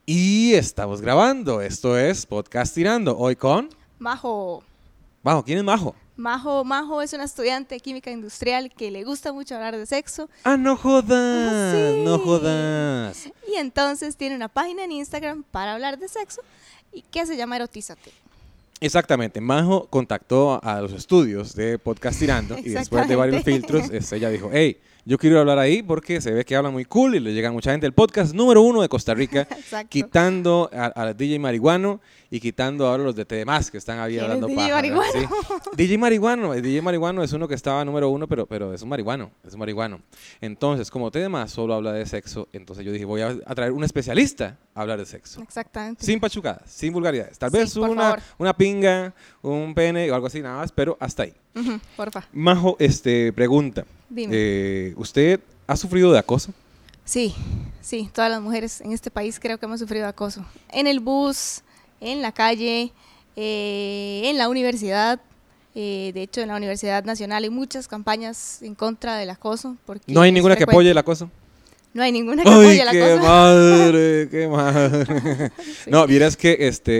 Y estamos grabando. Esto es Podcast Tirando. Hoy con... Majo. Majo, ¿quién es Majo? Majo es una estudiante de química industrial que le gusta mucho hablar de sexo. ¡Ah, no jodas! Sí. ¡No jodas! Y entonces tiene una página en Instagram para hablar de sexo y que se llama Erotízate. Exactamente. Majo contactó a los estudios de Podcast Tirando y después de varios filtros, ella dijo, hey, yo quiero hablar ahí porque se ve que habla muy cool y le llega mucha gente. El podcast número 1 de Costa Rica, quitando a DJ Marihuano y quitando ahora los de TDMás que están ahí hablando paja. DJ Marihuano? Sí. DJ Marihuano es uno que estaba número 1, pero es un marihuano, Entonces, como TDMás solo habla de sexo, entonces yo dije, voy a traer un especialista a hablar de sexo. Exactamente. Sin pachucadas, sin vulgaridades. Tal vez sí, una pinga, un pene o algo así, nada más, pero hasta ahí. Porfa. Majo, pregunta. Dime. ¿Usted ha sufrido de acoso? Sí, todas las mujeres en este país creo que hemos sufrido de acoso. En el bus, en la calle, en la universidad. De hecho, en la Universidad Nacional hay muchas campañas en contra del acoso. ¿No hay ninguna que apoye el acoso? No hay ninguna que apoye el acoso. ¡Qué madre! Sí. No, vieras que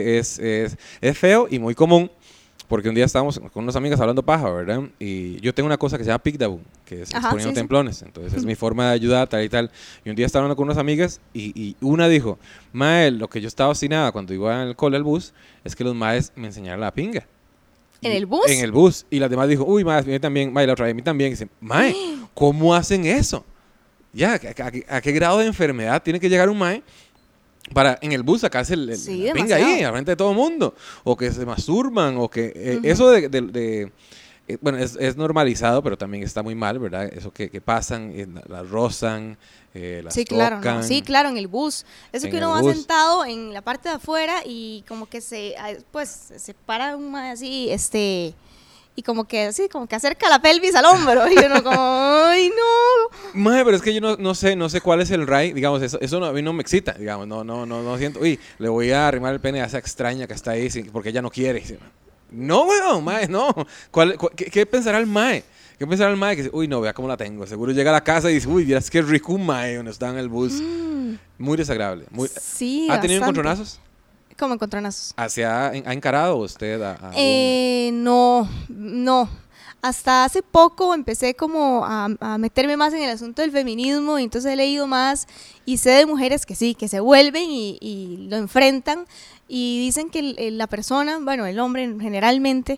es feo y muy común. Porque un día estábamos con unas amigas hablando paja, ¿verdad? Y yo tengo una cosa que se llama Picdabu, que es poniendo templones. Entonces es mi forma de ayudar, tal y tal. Y un día estaba hablando con unas amigas y una dijo, mae, lo que yo estaba obstinada cuando iba al cole al bus es que los maes me enseñaran la pinga. ¿En el bus? En el bus. Y las demás dijo, uy, mae, a mí también, mae, la otra vez a mí también. Y dice, mae, ¿cómo hacen eso? Ya, ¿a qué grado de enfermedad tiene que llegar un mae para en el bus sacarse la pinga ahí, al frente de todo el mundo? O que se masturban, o que eso bueno, es normalizado, pero también está muy mal, ¿verdad? Eso que pasan, las rozan, las claro, tocan. ¿no? Sí, claro, en el bus. Eso que uno va sentado en la parte de afuera y como que se para un mae así, y como que acerca la pelvis al hombro y uno como, ¡ay, no! Mae, pero es que yo no sé cuál es el ray, digamos, eso a mí no me excita, digamos, no siento, uy, le voy a arrimar el pene a esa extraña que está ahí porque ella no quiere. No, weón, mae, no. ¿Qué pensará el mae? ¿Qué pensará el mae? Que dice, uy, no, vea cómo la tengo. Seguro llega a la casa y dice, uy, vieras qué rico un mae donde está en el bus. Muy desagradable. Sí, ¿Ha tenido encontronazos? ¿Cómo encontronazos? ¿Ha encarado usted a No. Hasta hace poco empecé como a meterme más en el asunto del feminismo y entonces he leído más y sé de mujeres que sí, que se vuelven y lo enfrentan y dicen que la persona, bueno, el hombre generalmente,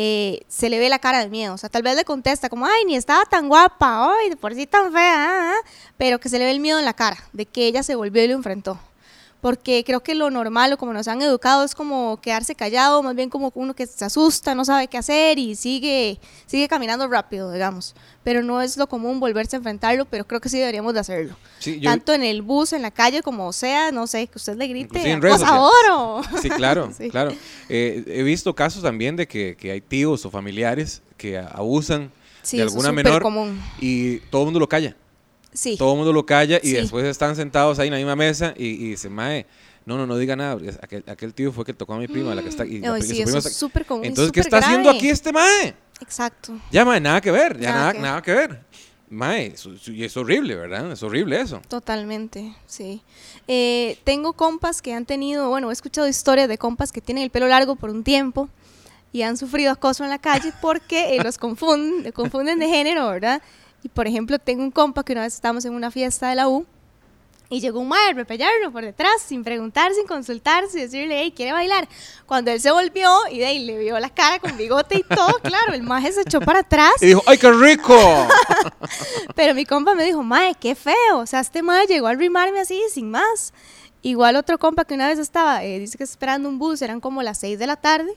se le ve la cara de miedo. O sea, tal vez le contesta como, ay, ni estaba tan guapa, ay, de por sí tan fea, pero que se le ve el miedo en la cara de que ella se volvió y lo enfrentó. Porque creo que lo normal o como nos han educado es como quedarse callado, más bien como uno que se asusta, no sabe qué hacer y sigue caminando rápido, digamos. Pero no es lo común volverse a enfrentarlo, pero creo que sí deberíamos de hacerlo. Sí, tanto en el bus, en la calle, como sea, no sé, que usted le grite, ¡pues ahora! Sí, claro, sí. Claro. He visto casos también de que hay tíos o familiares que abusan de alguna menor común. Y todo el mundo lo calla. Sí. Todo el mundo lo calla y después están sentados ahí en la misma mesa y dice, mae, no diga nada, aquel tío fue que tocó a mi prima, la que está aquí. Sí, eso es súper común. Entonces, ¿qué está haciendo aquí este mae? Exacto. Ya, mae, nada que ver, nada que ver. Mae, y es horrible, ¿verdad? Es horrible eso. Totalmente, sí. Tengo compas que han tenido, bueno, he escuchado historias de compas que tienen el pelo largo por un tiempo y han sufrido acoso en la calle porque los confunden de género, ¿verdad? Y por ejemplo, tengo un compa que una vez estábamos en una fiesta de la U y llegó un mae a repellarlo por detrás sin preguntar, sin consultar, sin decirle, hey, ¿quiere bailar? Cuando él se volvió y de ahí le vio la cara con bigote y todo, claro, el mae se echó para atrás. Y dijo, ¡ay, qué rico! Pero mi compa me dijo, mae, qué feo. O sea, este mae llegó a arrimarme así, sin más. Igual otro compa que una vez estaba, dice que esperando un bus, eran como las 6 de la tarde,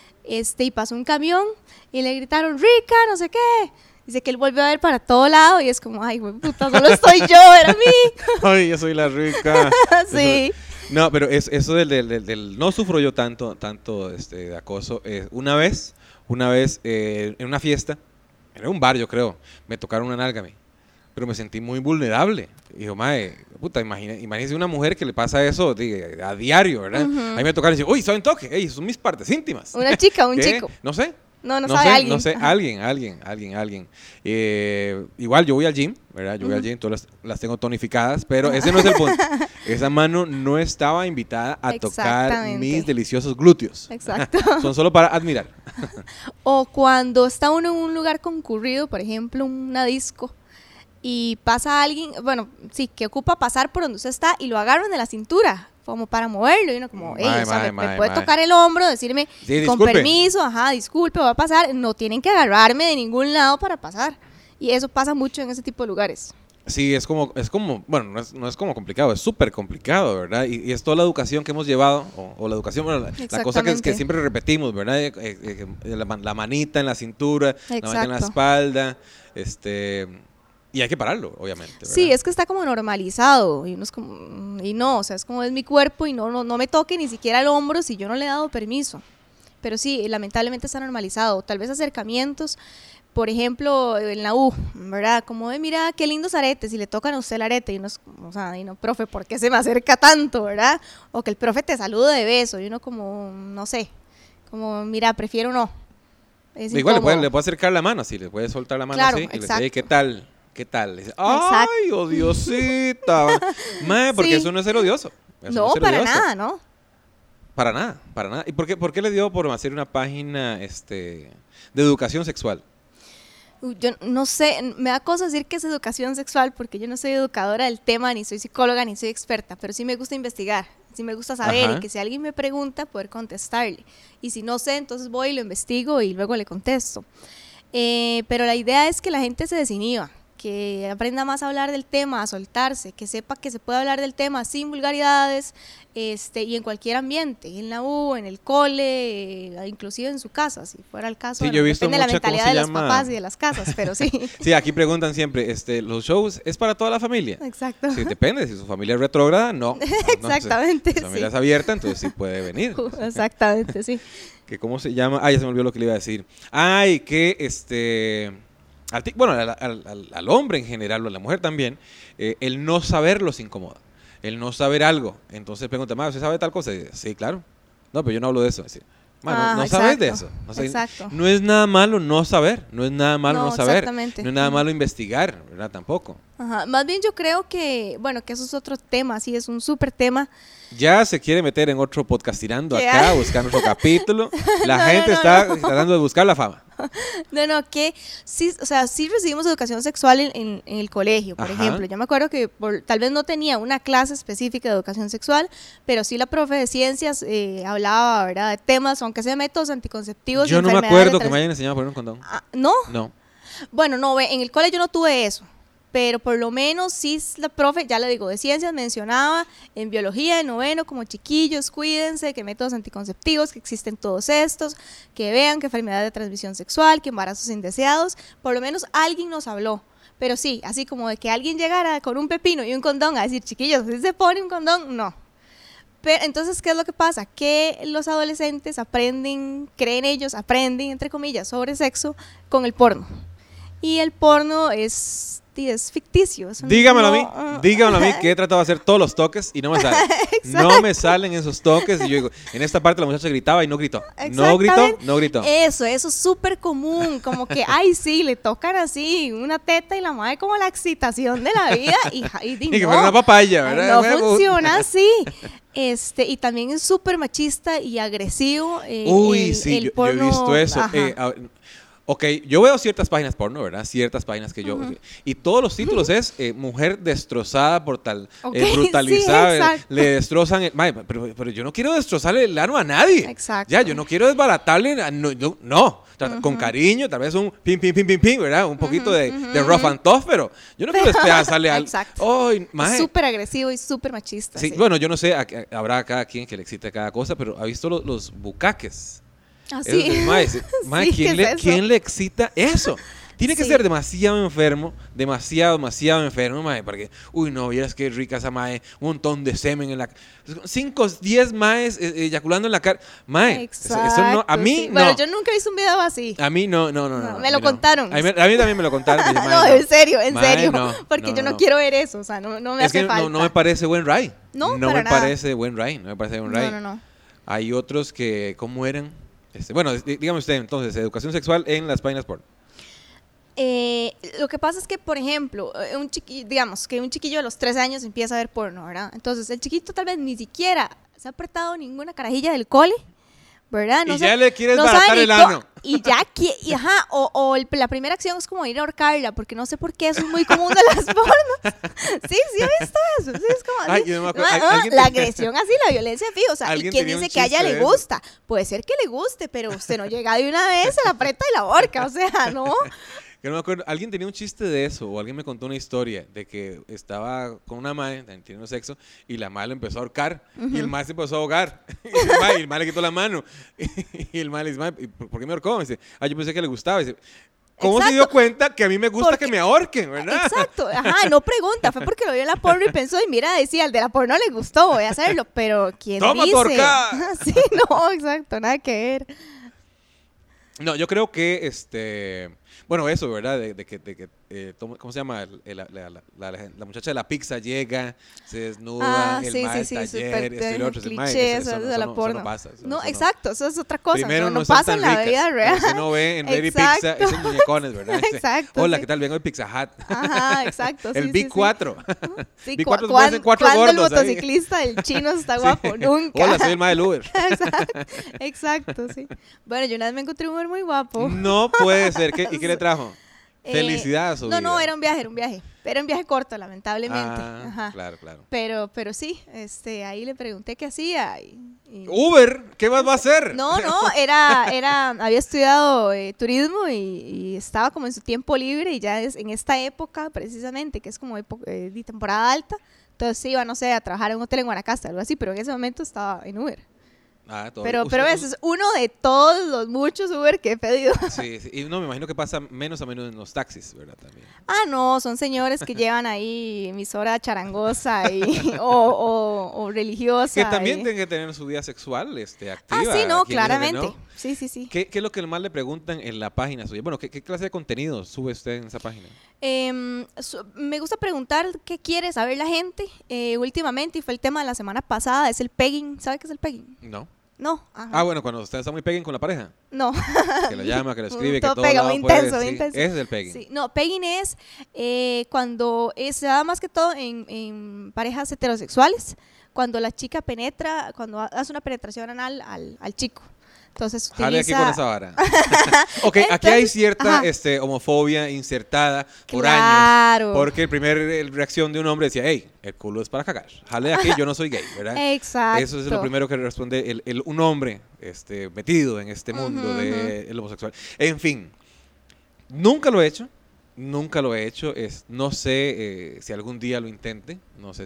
y pasó un camión y le gritaron, rica, no sé qué. Dice que él volvió a ver para todo lado y es como, ay, güey, puta, solo estoy yo, era mí. Ay, yo soy la rica. Sí. No, pero eso del no sufro yo tanto de acoso. Una vez en una fiesta, en un bar yo creo, me tocaron una nalga a mí, pero me sentí muy vulnerable. Y dijo, mae, puta, imagínese una mujer que le pasa eso a diario, ¿verdad? A mí me tocaron y dice, uy, ¿saben toque? Ey, son mis partes íntimas. Una chica, un chico. No sé. No sabe alguien. No sé, alguien. Igual yo voy al gym, ¿verdad? Yo voy al gym, todas las tengo tonificadas, pero ese no es el punto. Esa mano no estaba invitada a tocar mis deliciosos glúteos. Exacto. Son solo para admirar. O cuando está uno en un lugar concurrido, por ejemplo, una disco, y pasa alguien, bueno, sí, que ocupa pasar por donde usted está y lo agarran de la cintura, como para moverlo, y uno como, me puede tocar el hombro, decirme, sí, con permiso, disculpe, va a pasar. No tienen que agarrarme de ningún lado para pasar. Y eso pasa mucho en ese tipo de lugares. Sí, es como, bueno, no es como complicado, es súper complicado, ¿verdad? Y es toda la educación que hemos llevado, o la educación, bueno, la cosa que siempre repetimos, ¿verdad? La manita en la cintura, la manita en la espalda, y hay que pararlo, obviamente, ¿verdad? Sí, es que está como normalizado, y uno es como, y no, o sea, es como es mi cuerpo, y no me toque ni siquiera el hombro si yo no le he dado permiso. Pero sí, lamentablemente está normalizado. Tal vez acercamientos, por ejemplo, en la U, ¿verdad? Como de, mira, qué lindos aretes, y le tocan a usted el arete, y uno es como, o sea, y no, profe, ¿por qué se me acerca tanto, verdad? O que el profe te salude de beso, y uno como, no sé, como, mira, prefiero no. Es igual le puede acercar la mano, así, le puede soltar la mano, claro, así, y le dice, hey, ¿qué tal? ¿Qué tal? Dice, ¡ay, odiosita! Porque sí. Eso no es ser odioso. No, para nada, ¿no? Para nada. ¿Y por qué le dio por hacer una página de educación sexual? Yo no sé, me da cosa decir que es educación sexual porque yo no soy educadora del tema, ni soy psicóloga, ni soy experta, pero sí me gusta investigar, sí me gusta saber. Ajá. Y que si alguien me pregunta, poder contestarle. Y si no sé, entonces voy y lo investigo y luego le contesto. Pero la idea es que la gente se desinhiba, que aprenda más a hablar del tema, a soltarse, que sepa que se puede hablar del tema sin vulgaridades, y en cualquier ambiente, en la U, en el cole, inclusive en su casa, si fuera el caso. Sí, yo he visto depende de la mentalidad de los papás y de las casas, pero sí. Sí, aquí preguntan siempre, ¿los shows es para toda la familia? Exacto. Sí, depende, si su familia es retrógrada, no. Exactamente, si su familia es abierta, entonces sí puede venir. Exactamente, sí. Que ¿cómo se llama? Ya se me olvidó lo que le iba a decir. Que al hombre en general, o a la mujer también, el no saber los incomoda. El no saber algo. Entonces pregunta, ¿usted sabe tal cosa? Y dice, sí, claro. No, pero yo no hablo de eso. Dice, no sabes de eso. Exacto. No es nada malo no saber. No es nada malo no saber. No es nada malo investigar, ¿verdad? Tampoco. Ajá. Más bien yo creo que, que eso es otro tema, sí, es un súper tema. Ya se quiere meter en otro podcastirando acá, buscando otro capítulo. La gente está tratando de buscar la fama. Que sí, o sea, sí recibimos educación sexual en el colegio, por ejemplo. Yo me acuerdo que tal vez no tenía una clase específica de educación sexual, pero sí la profe de ciencias hablaba, ¿verdad?, de temas, aunque sea métodos anticonceptivos. Yo no me acuerdo que me hayan enseñado a poner un condón. ¿No? No. Bueno, no, en el colegio yo no tuve eso. Pero por lo menos sí la profe, ya le digo, de ciencias mencionaba en biología de noveno como chiquillos, cuídense, que métodos anticonceptivos, que existen todos estos, que vean que enfermedad de transmisión sexual, que embarazos indeseados, por lo menos alguien nos habló. Pero sí, así como de que alguien llegara con un pepino y un condón a decir, chiquillos, ¿sí se pone un condón? No. Pero entonces, ¿qué es lo que pasa? Que los adolescentes aprenden, entre comillas, sobre sexo con el porno. Y el porno es ficticio. Dígamelo a mí, que he tratado de hacer todos los toques y no me salen. No me salen esos toques y yo digo, en esta parte la muchacha gritaba y no gritó. No gritó. Eso es súper común, como que, sí, le tocan así una teta y la madre como la excitación de la vida y que fuera una papaya, ¿verdad? No funciona así. Y también es súper machista y agresivo. Sí, yo he visto eso. Ok, yo veo ciertas páginas porno, ¿verdad? Ciertas páginas que yo... Y todos los títulos es mujer destrozada por tal... brutalizada. Sí, le destrozan... Pero yo no quiero destrozarle el ano a nadie. Exacto. Ya, yo no quiero desbaratarle... No. Con cariño, tal vez un pim, ¿verdad? Un poquito de rough and tough, pero yo no quiero despedazarle al... Exacto. Es súper agresivo y súper machista. Sí, bueno, yo no sé, habrá cada quien que le excite cada cosa, pero ¿ha visto los bucaques? Sí. ¿Quién le excita eso? Tiene que ser demasiado enfermo, mae, para que, no, vieras qué rica esa mae, un montón de semen en la 5, 10 maes eyaculando en la cara. Mae, exacto, eso no, a mí no. Bueno, yo nunca he visto un video así. A mí no. Me lo contaron. A mí también me lo contaron. Dije, no, en serio, no, porque yo no quiero ver eso, o sea, no me hace falta. No me parece buen ride. No me parece buen ride. No. Hay otros que, ¿cómo eran? Bueno, dígame usted entonces, educación sexual en las páginas porno. Lo que pasa es que, por ejemplo, digamos que un chiquillo de los 13 años empieza a ver porno, ¿verdad? Entonces el chiquito tal vez ni siquiera se ha apretado ninguna carajilla del cole, ¿verdad? No, y ya le quieres baratar el ano. Y ya, la primera acción es como ir a ahorcarla, porque no sé por qué eso es muy común de las pornos. Sí, he visto eso. Sí, es como así. La agresión así, la violencia, o sea, y quien dice que a ella le gusta. Puede ser que le guste, pero usted no llega de una vez, se la aprieta y la ahorca, o sea, ¿no? Yo no me acuerdo, alguien tenía un chiste de eso, o alguien me contó una historia de que estaba con una madre, teniendo sexo, y la madre lo empezó a ahorcar, y el madre se empezó a ahogar, y el madre le quitó la mano, y el madre le dice, ¿por qué me ahorcó? Me dice, yo pensé que le gustaba. Y dice, ¿cómo se dio cuenta que a mí me gusta que me ahorquen, verdad? Exacto, no pregunta, fue porque lo vio en la porno y pensó, y mira, decía, al de la porno le gustó, voy a hacerlo, pero ¿quién ¡toma, dice? porca! Sí, no, exacto, nada que ver. No, yo creo que, bueno, eso, ¿verdad? De que ¿cómo se llama? La muchacha de la pizza llega, se desnuda, el taller, esto y lo otro. Eso no pasa. No, exacto, eso es otra cosa. Primero no pasa en la vida real. Usted no ve en Lady Pizza esos muñecones, ¿verdad? Exacto. Hola, ¿qué tal? Vengo de Pizza Hut. Ajá, exacto. El Big 4. Sí, Big 4 se cuatro gordos. ¿Cuándo el motociclista del chino está guapo? Nunca. Hola, soy el mae del Uber. Exacto, sí. Bueno, yo una vez me encontré un Uber muy guapo. No puede ser. ¿Y qué le trajo? Felicidad a su vida. No, era un viaje. Era un viaje corto, lamentablemente. Ajá. Claro. Pero sí, ahí le pregunté qué hacía. ¿Uber? ¿Qué más va a hacer? No, había estudiado turismo y estaba como en su tiempo libre y ya en esta época precisamente, que es como de temporada alta, entonces iba, no sé, a trabajar en un hotel en Guanacaste, algo así, pero en ese momento estaba en Uber. Pero ese es uno de todos los muchos Uber que he pedido. Sí, y no, me imagino que pasa menos a menos en los taxis, ¿verdad? También. No, son señores que llevan ahí emisora charangosa o religiosa. Que también tienen que tener su vida sexual activa. Sí, no, claramente. No. Sí. ¿Qué es lo que más le preguntan en la página suya? Bueno, ¿qué clase de contenido sube usted en esa página? Me gusta preguntar qué quiere saber la gente. Últimamente, y fue el tema de la semana pasada, es el pegging. ¿Sabe qué es el pegging? No. Ajá. Bueno, cuando usted está muy pegging con la pareja. No. Que lo llama, que lo escribe, que todo pega, muy intenso, sí, intenso. Ese es el pegging. Sí. No, pegging es cuando se da más que todo en parejas heterosexuales, cuando la chica penetra, cuando hace una penetración anal al chico. Entonces utiliza... Jale aquí con esa vara. Ok, entonces, aquí hay cierta homofobia insertada por años. Porque la primera reacción de un hombre decía, hey, el culo es para cagar. Jale de aquí, yo no soy gay, ¿verdad? Exacto. Eso es lo primero que responde un hombre metido en este mundo del homosexual. En fin, nunca lo he hecho. No sé si algún día lo intente.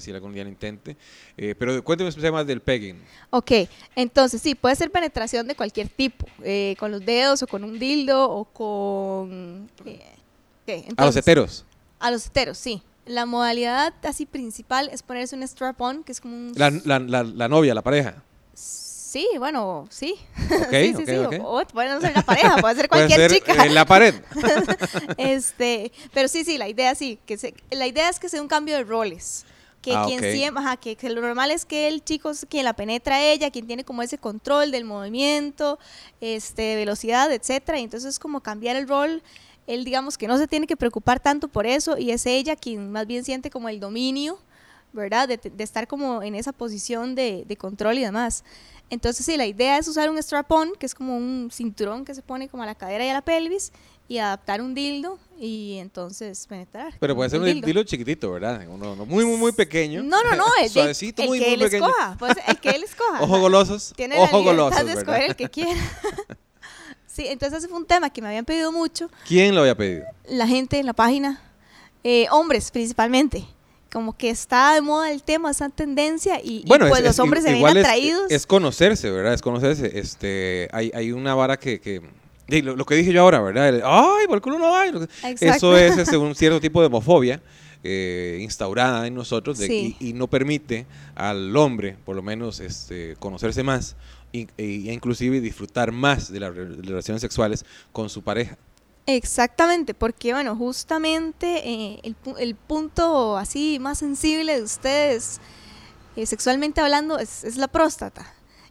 Pero cuénteme usted más del pegging. Ok, entonces sí, puede ser penetración de cualquier tipo, con los dedos o con un dildo o con... Entonces, ¿a los heteros? A los heteros, sí. La modalidad así principal es ponerse un strap-on, que es como un... La novia, la pareja. Sí, bueno, sí. Okay, sí. Okay. O puede no ser la pareja, puede ser cualquier chica. En la pared. Pero sí, la idea la idea es que sea un cambio de roles. Que que lo normal es que el chico es quien la penetra a ella, quien tiene como ese control del movimiento, velocidad, etcétera. Y entonces es como cambiar el rol. Él, digamos, que no se tiene que preocupar tanto por eso y es ella quien más bien siente como el dominio, ¿verdad? De estar como en esa posición de control y demás. Entonces sí, la idea es usar un strap-on, que es como un cinturón que se pone como a la cadera y a la pelvis, y adaptar un dildo y entonces penetrar. Pero puede ser un dildo chiquitito, ¿verdad? Uno muy pequeño. No, suavecito, el muy que él pequeño. Escoja, pues, el que él escoja. Ojo golosos. Tiene la libertad de escoger el que quiera. Sí, entonces ese fue un tema que me habían pedido mucho. ¿Quién lo había pedido? La gente en la página, hombres como que está de moda el tema, esa tendencia y pues los hombres se ven atraídos. Es conocerse, ¿verdad? Es conocerse. Hay una vara que lo que dije yo ahora, ¿verdad? Ay, por el culo no hay. Eso es un cierto tipo de homofobia instaurada en nosotros y no permite al hombre, por lo menos, conocerse más e inclusive disfrutar más de las relaciones sexuales con su pareja. Exactamente, porque bueno, justamente el punto así más sensible de ustedes, sexualmente hablando, es la próstata.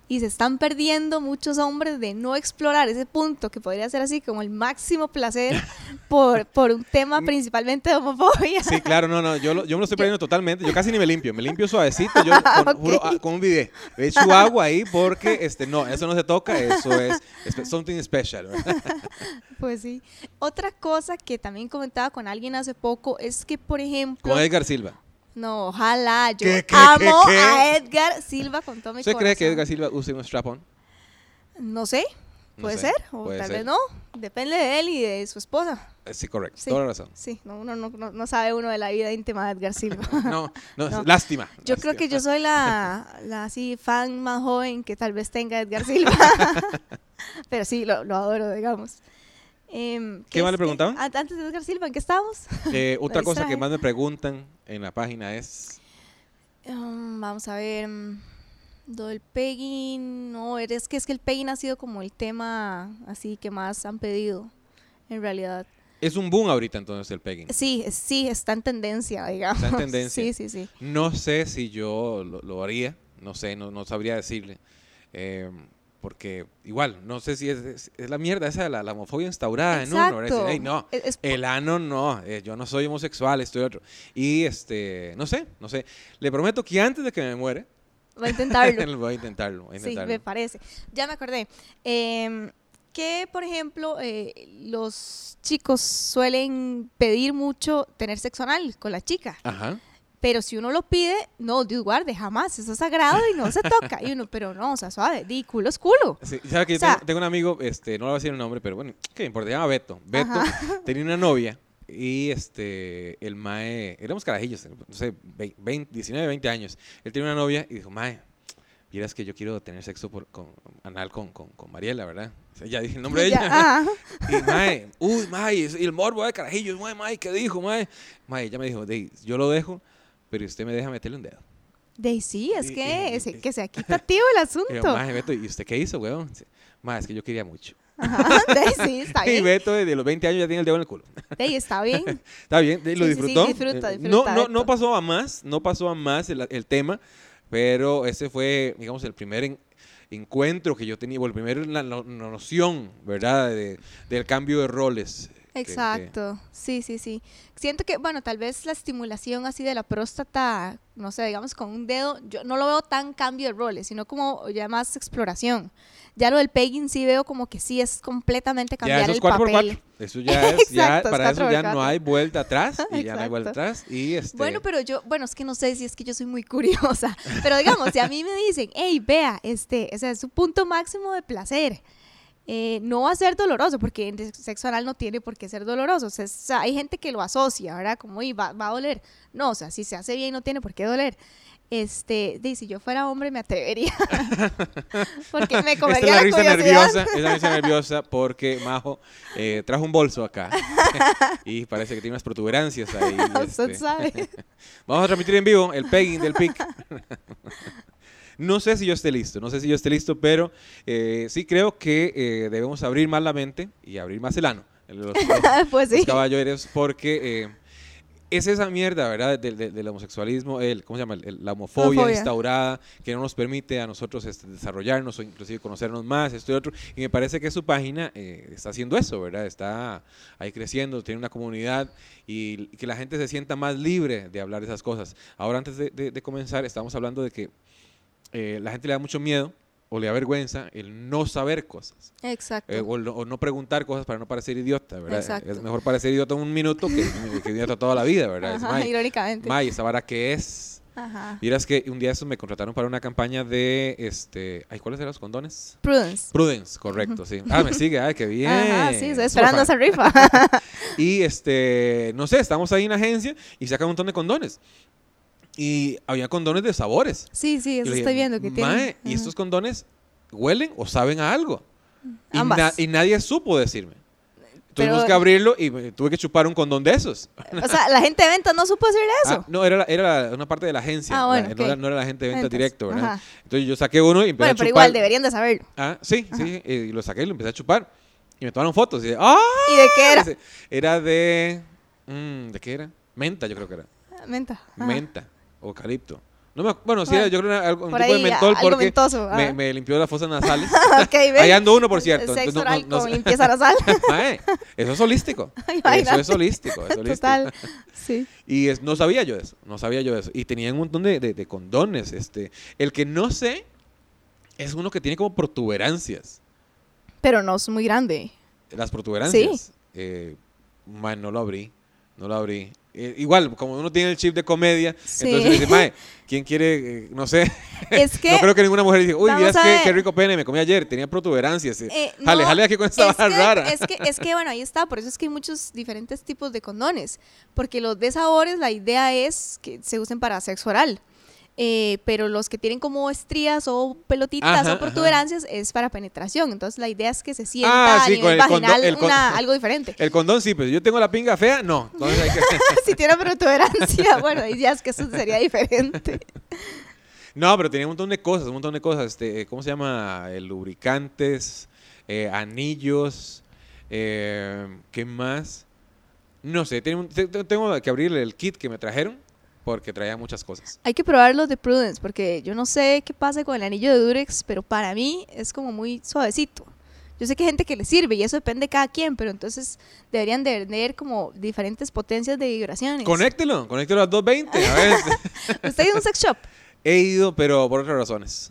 y se están perdiendo muchos hombres de no explorar ese punto que podría ser así como el máximo placer por un tema principalmente de homofobia. Sí, claro, no, yo me lo estoy perdiendo totalmente. Yo casi ni me limpio suavecito, yo juro, con un bidet. Le echo agua ahí porque, no, eso no se toca, eso es something special, ¿verdad? Pues sí. Otra cosa que también comentaba con alguien hace poco es que, por ejemplo... Con Edgar Silva. No, ojalá. Yo ¿Qué? amo a Edgar Silva con todo mi ¿Usted corazón. cree que Edgar Silva use un strap-on? No sé. Puede ser. O puede tal ser. vez no. Depende de él y de su esposa. Sí, correcto. Sí. Toda la razón. Sí, no sabe uno de la vida íntima de Edgar Silva. No, No. lástima. Yo creo que yo soy la así fan más joven que tal vez tenga Edgar Silva. Pero sí, lo adoro, digamos. ¿Qué más le preguntaban? Antes de Edgar Silva, ¿en qué estamos? Otra cosa que distraje. más me preguntan en la página es... Vamos a ver. Lo del pegging, no, es que el pegging ha sido como el tema así que más han pedido, en realidad. Es un boom ahorita entonces el pegging. Sí, está en tendencia, digamos. Está en tendencia. Sí. No sé si yo lo haría, no sé, no sabría decirle. Porque igual, no sé si es la mierda esa de la homofobia instaurada en uno. ¿Verdad? Decir, "Ey, no, el ano no, yo no soy homosexual, estoy otro". Y no sé. Le prometo que antes de que me muere, Voy a intentarlo. voy a intentarlo. Sí, me parece. Ya me acordé. Que, por ejemplo, los chicos suelen pedir mucho tener sexo anal con la chica. Ajá. Pero si uno lo pide, no, Dios guarde, jamás, eso es sagrado y no se toca. Y uno, pero no, o sea, suave, culo es culo. Sí, ¿sabe que O sea, tengo un amigo, no le voy a decir el nombre, pero bueno, ¿qué importa? Se llama Beto. Beto tenía una novia y el mae, éramos carajillos, no sé, 19, 20 años. Él tenía una novia y dijo, mae, vieras que yo quiero tener sexo anal con Mariela, ¿verdad? O sea, ya dije el nombre de ella. Y mae, y el morbo de carajillos, mae, ¿qué dijo, mae? Mae, ella me dijo, yo lo dejo, pero usted me deja meterle un dedo. Sí, es que sea equitativo el asunto. Y yo, mae, Beto, ¿y usted qué hizo, weón? Mae, es que yo quería mucho. Ajá, sí, está bien. Y Beto, desde los 20 años ya tiene el dedo en el culo. Está bien. Está bien, lo disfrutó. Sí, disfruta, no pasó a más el tema, pero ese fue, digamos, el primer encuentro que yo tenía, o el primer la noción, ¿verdad?, del cambio de roles. Exacto, sí. Siento que, bueno, tal vez la estimulación así de la próstata, no sé, digamos con un dedo, yo no lo veo tan cambio de roles, sino como ya más exploración. Ya lo del pegging sí veo como que sí es completamente cambiar el papel. 4x4. Eso ya es, Exacto, para eso ya 4x4. no hay vuelta atrás, y ya no hay Exacto. vuelta atrás. Y Bueno, pero es que no sé si es que yo soy muy curiosa, pero digamos, si a mí me dicen, hey, vea, ese es su punto máximo de placer, no va a ser doloroso, porque el sexo anal no tiene por qué ser doloroso. O sea, hay gente que lo asocia, ¿verdad? Como, va a doler. No, o sea, si se hace bien no tiene por qué doler. Si yo fuera hombre me atrevería porque me comería la curiosidad. Esta la risa nerviosa porque Majo trajo un bolso acá y parece que tiene unas protuberancias ahí. Usted sabe. Vamos a transmitir en vivo el pegging del pic. No sé si yo esté listo, pero sí creo que debemos abrir más la mente y abrir más el ano. Pues sí. Los caballeros, porque es esa mierda, ¿verdad? Del homosexualismo, ¿cómo se llama? La homofobia instaurada que no nos permite a nosotros desarrollarnos o inclusive conocernos más, esto y otro. Y me parece que su página está haciendo eso, ¿verdad? Está ahí creciendo, tiene una comunidad y que la gente se sienta más libre de hablar de esas cosas. Ahora, antes de comenzar, estamos hablando de que la gente le da mucho miedo o le da vergüenza el no saber cosas. Exacto. O no preguntar cosas para no parecer idiota, ¿verdad? Exacto. Es mejor parecer idiota un minuto que idiota toda la vida, ¿verdad? Ajá, irónicamente. ¿Esa vara qué es? Ajá. Miras que un día me contrataron para una campaña de, ¿cuáles eran los condones? Prudence, correcto, sí. Me sigue, qué bien. Ajá, sí, estoy esperando esa rifa. Y no sé, estamos ahí en la agencia y sacan un montón de condones. Y había condones de sabores. Sí, eso estoy viendo que tiene. ¿Y estos condones huelen o saben a algo? Y nadie supo decirme. Tuvimos que abrirlo y tuve que chupar un condón de esos. O sea, la gente de venta no supo decirle eso. No, era una parte de la agencia. Bueno, no era la gente de venta directo, ¿verdad? Ajá. Entonces yo saqué uno y empecé a chupar. Pero igual deberían de saberlo. Sí, y lo saqué y lo empecé a chupar. Y me tomaron fotos. Y ¿Y de qué era? Era ¿de qué era? Menta, yo creo que era. Menta. Menta, eucalipto. No bueno, sí, yo creo que era un tipo ahí, de mentol porque mentoso, me limpió las fosas nasales. Okay, ahí ando uno, por cierto. Sexo oral con limpieza nasal. Eso es holístico. Eso es holístico. Total, sí. Y no sabía yo eso. Y tenía un montón de condones. El que no sé es uno que tiene como protuberancias. Pero no es muy grande. Las protuberancias. Sí. No lo abrí. Igual, como uno tiene el chip de comedia, sí. Entonces dice, mae, ¿quién quiere? No sé. Es que, no creo que ninguna mujer diga, uy, miras qué rico pene, me comí ayer, tenía protuberancias. Jale aquí con esta barra rara. Es que, bueno, ahí está, por eso es que hay muchos diferentes tipos de condones, porque los de sabores, la idea es que se usen para sexo oral. Pero los que tienen como estrías o pelotitas o protuberancias es para penetración. Entonces la idea es que se sienta a nivel vaginal algo diferente. El condón sí, pero yo tengo la pinga fea, no. Entonces hay que... si tiene protuberancia, bueno, ahí ya es que eso sería diferente. No, pero tenía un montón de cosas. ¿Cómo se llama? Lubricantes, anillos, ¿qué más? No sé, tengo que abrir el kit que me trajeron. Porque traía muchas cosas. Hay que probar los de Prudence, porque yo no sé qué pasa con el anillo de Durex, pero para mí es como muy suavecito. Yo sé que hay gente que le sirve y eso depende de cada quien, pero entonces deberían de tener como diferentes potencias de vibraciones. Conéctelo a 220. A ver. ¿Usted ha ido a un sex shop? He ido, pero por otras razones.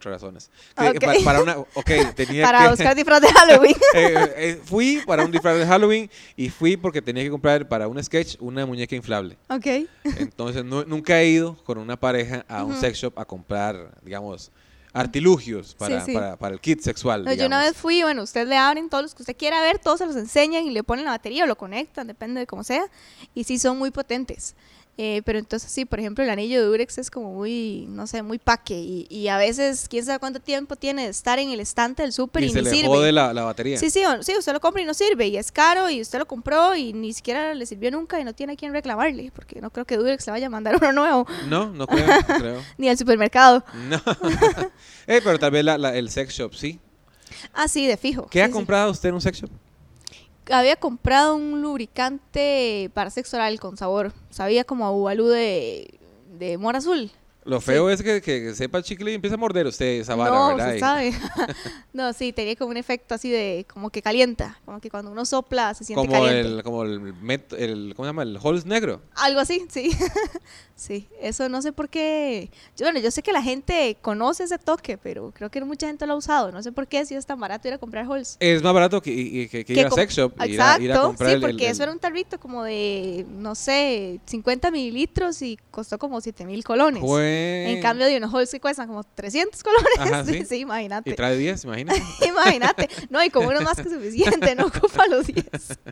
Okay. Tenía para buscar disfraz de Halloween. Fui para un disfraz de Halloween y fui porque tenía que comprar para un sketch una muñeca inflable. Okay. Entonces nunca he ido con una pareja a un sex shop a comprar, digamos, artilugios para el kit sexual. No, yo una vez fui, bueno, usted le abren todos los que usted quiera ver, todos se los enseñan y le ponen la batería o lo conectan, depende de cómo sea, y sí son muy potentes. Pero entonces sí, por ejemplo, el anillo de Durex es como muy, no sé, muy paque y a veces, quién sabe cuánto tiempo tiene de estar en el estante del súper y ni sirve. Y se le jode la batería. Sí, usted lo compra y no sirve y es caro y usted lo compró y ni siquiera le sirvió nunca y no tiene a quién reclamarle, porque no creo que Durex le vaya a mandar uno nuevo. No creo. Ni al supermercado. No. Pero tal vez el sex shop sí. Ah, sí, de fijo. ¿Qué ha comprado usted en un sex shop? Había comprado un lubricante para sexo oral con sabor. Sabía como a ubalú de mora azul. Lo feo es que sepa el chicle y empieza a morder usted esa vara, no, ¿verdad? No, se sabe. No, sí, tenía como un efecto así de, como que calienta. Como que cuando uno sopla se siente caliente. Como el ¿cómo se llama? El Halls negro. Algo así, sí. Sí, eso no sé por qué. Yo sé que la gente conoce ese toque, pero creo que mucha gente lo ha usado. No sé por qué, si es tan barato ir a comprar Halls. Es más barato que ir a sex shop. Exacto, ir a comprar sí, porque eso era un tarrito como de, no sé, 50 mililitros y costó como 7,000 colones. En cambio de unos Halls que cuestan como 300 colones. Ajá, ¿sí? Sí, imagínate. Y trae 10, imagínate. Imagínate. No, y como uno más que suficiente, no ocupa los 10.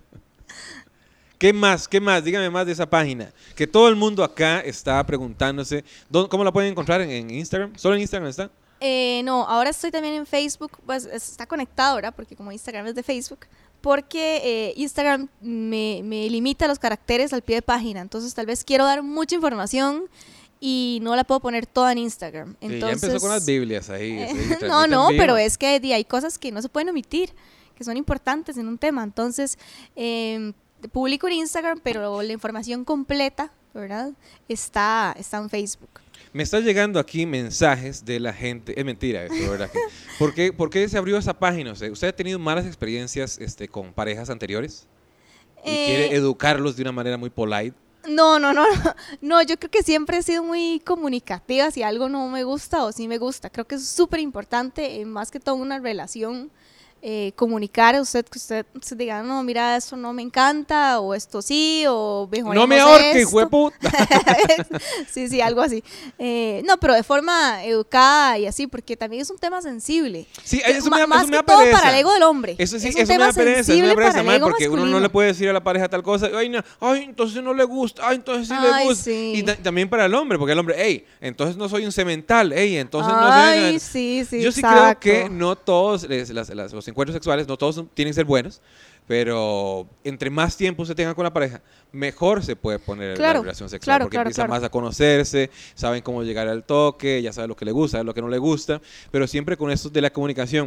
¿Qué más? Dígame más de esa página. Que todo el mundo acá está preguntándose. ¿Cómo la pueden encontrar en Instagram? ¿Solo en Instagram está? No, ahora estoy también en Facebook. Pues está conectado, ¿verdad? Porque como Instagram es de Facebook. Porque Instagram me limita los caracteres al pie de página. Entonces tal vez quiero dar mucha información y no la puedo poner toda en Instagram. Entonces, ya empezó con las Biblias ahí. No, pero es que hay cosas que no se pueden omitir, que son importantes en un tema. Entonces, publico en Instagram, pero la información completa, ¿verdad? Está en Facebook. Me está llegando aquí mensajes de la gente. Es mentira eso, ¿verdad? ¿Por qué se abrió esa página? O sea, ¿usted ha tenido malas experiencias con parejas anteriores? ¿Y quiere educarlos de una manera muy polite? No, yo creo que siempre he sido muy comunicativa. Si algo no me gusta o sí me gusta, creo que es súper importante, más que todo una relación, comunicar a usted, que usted diga, no, mira, esto no me encanta, o esto sí, o mejor no me ahorque, hijo de puta. Sí, algo así. No, pero de forma educada y así, porque también es un tema sensible. Sí, eso me más da que todo para el ego del hombre. Eso sí, es un eso tema me da pereza, porque masculino. uno no le puede decir a la pareja tal cosa, ay, entonces no le gusta, ay, entonces sí le gusta. Sí. Y también para el hombre, porque el hombre, hey, entonces no soy un cemental, hey, entonces no sé. Sí, yo sí creo que no todos los encuentros sexuales, no todos tienen que ser buenos, pero entre más tiempo se tenga con la pareja, mejor se puede poner la relación sexual, porque empiezan más a conocerse, saben cómo llegar al toque, ya saben lo que le gusta, lo que no le gusta, pero siempre con esto de la comunicación.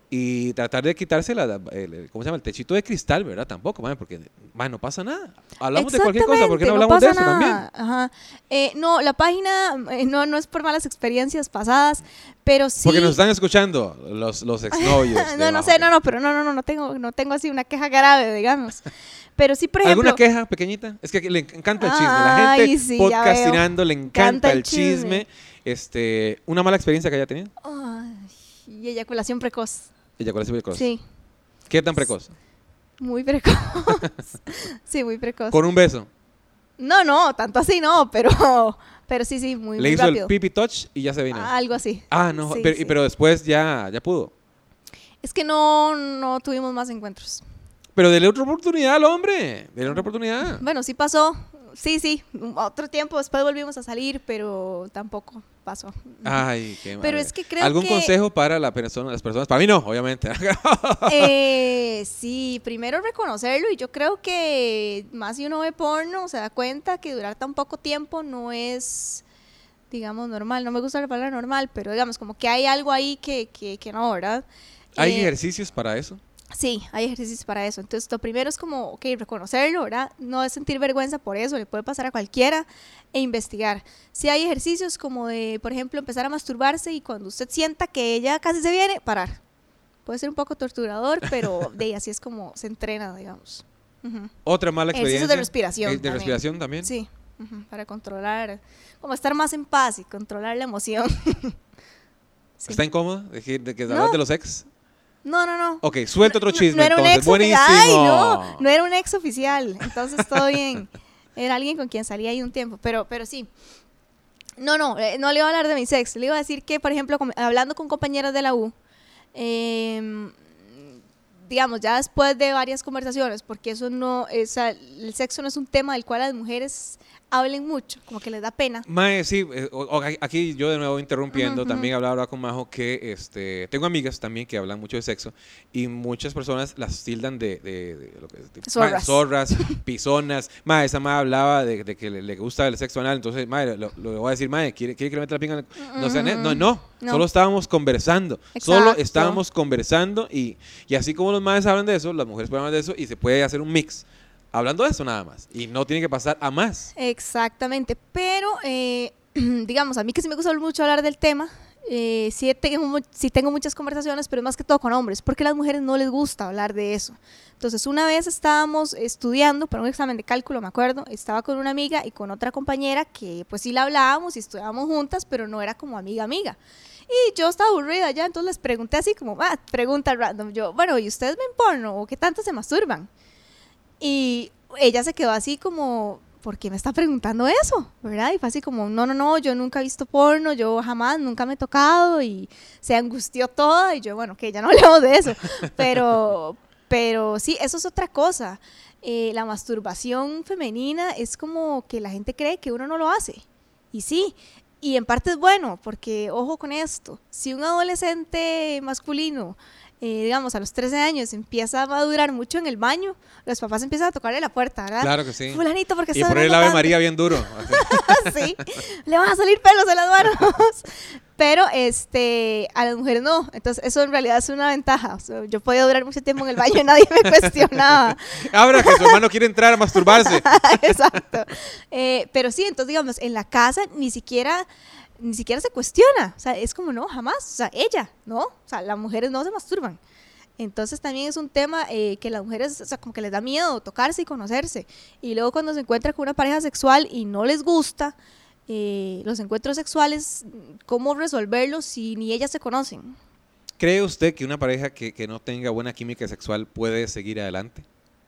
y tratar de quitarse ¿cómo se llama? El techito de cristal, ¿verdad? Tampoco, mae, porque no pasa nada. Hablamos de cualquier cosa, ¿por qué no hablamos de eso también? Ajá. No, la página no es por malas experiencias pasadas, pero sí. Porque nos están escuchando los exnovios. Pero no tengo así una queja grave, digamos. Pero sí, por ejemplo. ¿Alguna queja pequeñita? Es que le encanta el chisme. La gente sí, podcastinando le encanta el chisme. ¿Una mala experiencia que haya tenido? Y eyaculación precoz. ¿Eyaculación precoz? Sí. ¿Qué tan precoz? Muy precoz. Sí, muy precoz. ¿Con un beso? No, tanto así no, pero sí, muy rápido. Le hizo el pipi touch y ya se vino. Algo así. No, sí, pero después ya pudo. Es que no tuvimos más encuentros. Pero dele otra oportunidad al hombre. Dele otra oportunidad. Bueno, sí pasó. Sí. Otro tiempo después volvimos a salir, pero tampoco pasó. Ay, qué mal. Pero es que creo ¿Algún consejo para las personas? Para mí no, obviamente. Sí, primero reconocerlo, y yo creo que más si uno ve porno se da cuenta que durar tan poco tiempo no es, digamos, normal. No me gusta la palabra normal, pero digamos como que hay algo ahí que no, ¿verdad? ¿Hay ejercicios para eso? Sí, hay ejercicios para eso. Entonces, lo primero es como, ok, reconocerlo, ¿verdad? No es sentir vergüenza por eso, le puede pasar a cualquiera, e investigar. Sí hay ejercicios como de, por ejemplo, empezar a masturbarse y cuando usted sienta que ella casi se viene, parar. Puede ser un poco torturador, pero así es como se entrena, digamos. Uh-huh. Otra mala experiencia. Ejercicios de respiración. ¿De respiración también? Sí, para controlar, como estar más en paz y controlar la emoción. Sí. ¿Está incómodo de que hablas de los ex? No. Ok, suelta otro chisme, no era entonces. Un ex buenísimo. Ay, no era un ex oficial, entonces todo bien. Era alguien con quien salía ahí un tiempo, pero sí. No le iba a hablar de mis ex. Le iba a decir que, por ejemplo, hablando con compañeras de la U, digamos, ya después de varias conversaciones, porque eso el sexo no es un tema del cual las mujeres hablen mucho, como que les da pena. Mae, sí, aquí yo de nuevo interrumpiendo, también hablaba con Majo que tengo amigas también que hablan mucho de sexo y muchas personas las tildan de zorras, pisonas. Mae, esa mae hablaba de que le gusta el sexo anal, entonces mae, lo voy a decir, mae, ¿quiere que le meta la pinga? No, solo estábamos conversando. Exacto. Solo estábamos conversando y así como los maes hablan de eso, las mujeres pueden hablar de eso y se puede hacer un mix. Hablando de eso nada más. Y no tiene que pasar a más. Exactamente. Pero, digamos, a mí que sí me gusta mucho hablar del tema, sí tengo muchas conversaciones, pero es más que todo con hombres, porque a las mujeres no les gusta hablar de eso. Entonces, una vez estábamos estudiando para un examen de cálculo, me acuerdo, estaba con una amiga y con otra compañera que pues sí la hablábamos y estudiábamos juntas, pero no era como amiga. Y yo estaba aburrida ya, entonces les pregunté así como, pregunta random, ¿y ustedes ven porno o qué tanto se masturban? Y ella se quedó así como, ¿por qué me está preguntando eso? ¿Verdad? Y fue así como, no, yo nunca he visto porno, yo jamás, nunca me he tocado, y se angustió toda, y yo, bueno, que ya no hablemos de eso, pero sí, eso es otra cosa. La masturbación femenina es como que la gente cree que uno no lo hace, y sí, y en parte es bueno, porque, ojo con esto, si un adolescente masculino digamos, a los 13 años empieza a madurar mucho en el baño, los papás empiezan a tocarle la puerta, ¿verdad? Claro que sí. Fulanito, porque y poner el Ave María bien duro. Sí, le van a salir pelos en las manos. Pero a las mujeres no. Entonces, eso en realidad es una ventaja. O sea, yo podía durar mucho tiempo en el baño y nadie me cuestionaba. Ahora que su hermano quiere entrar a masturbarse. Exacto. Pero sí, entonces, digamos, en la casa ni siquiera se cuestiona, o sea, es como no, jamás, o sea, ella, ¿no? O sea, las mujeres no se masturban. Entonces también es un tema que las mujeres, o sea, como que les da miedo tocarse y conocerse. Y luego cuando se encuentran con una pareja sexual y no les gusta los encuentros sexuales, ¿cómo resolverlos si ni ellas se conocen? ¿Cree usted que una pareja que no tenga buena química sexual puede seguir adelante?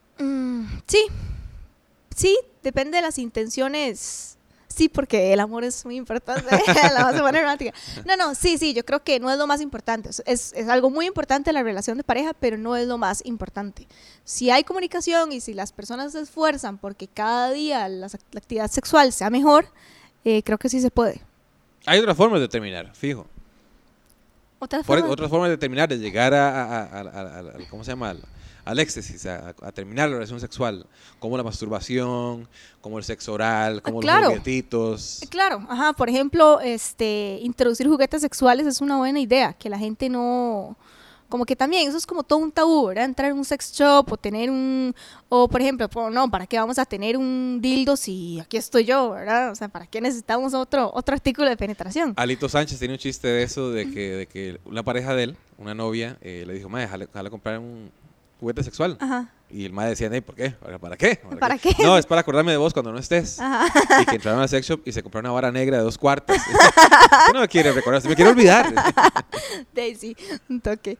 Sí, depende de las intenciones. Sí, porque el amor es muy importante, la base romántica. Sí, yo creo que no es lo más importante. Es algo muy importante la relación de pareja, pero no es lo más importante. Si hay comunicación y si las personas se esfuerzan porque cada día la actividad sexual sea mejor, creo que sí se puede. Hay otras formas de terminar, fijo. Otras formas de terminar, de llegar a ¿cómo se llama? Al éxtasis, a terminar la relación sexual, como la masturbación, como el sexo oral, como los juguetitos. Claro, por ejemplo, introducir juguetes sexuales es una buena idea, que la gente no como que también eso es como todo un tabú, ¿verdad? Entrar en un sex shop o tener o por ejemplo, no, ¿para qué vamos a tener un dildo si aquí estoy yo, ¿verdad? O sea, ¿para qué necesitamos otro artículo de penetración? Alito Sánchez tiene un chiste de eso, de que una pareja de él, una novia, le dijo, mae, déjale comprar un juguete sexual. Ajá. Y el mae decía, ¿por qué? ¿Para qué? ¿Para qué? No, es para acordarme de vos cuando no estés. Ajá. Y que entraron al sex shop y se compró una vara negra de 2 cuartos. Yo no me quiere recordar, se me quiere olvidar. Daisy, un toque.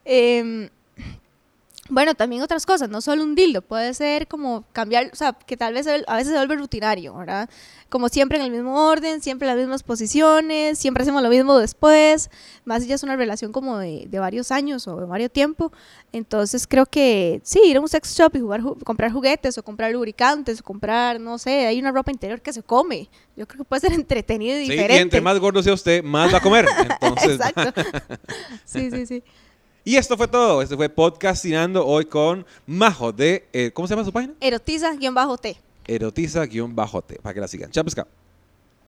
Bueno, también otras cosas, no solo un dildo, puede ser como cambiar, o sea, que tal vez a veces se vuelve rutinario, ¿verdad? Como siempre en el mismo orden, siempre en las mismas posiciones, siempre hacemos lo mismo después, más si ya es una relación como de varios años o de varios tiempo, entonces creo que sí, ir a un sex shop y comprar juguetes o comprar lubricantes o comprar, no sé, hay una ropa interior que se come, yo creo que puede ser entretenido y diferente. Y entre más gordo sea usted, más va a comer, entonces... Exacto, sí. Y esto fue todo. Este fue Podcastinando hoy con Majo de... ¿cómo se llama su página? Erotiza-T. Erotiza-T. Para que la sigan. Chao, pescado.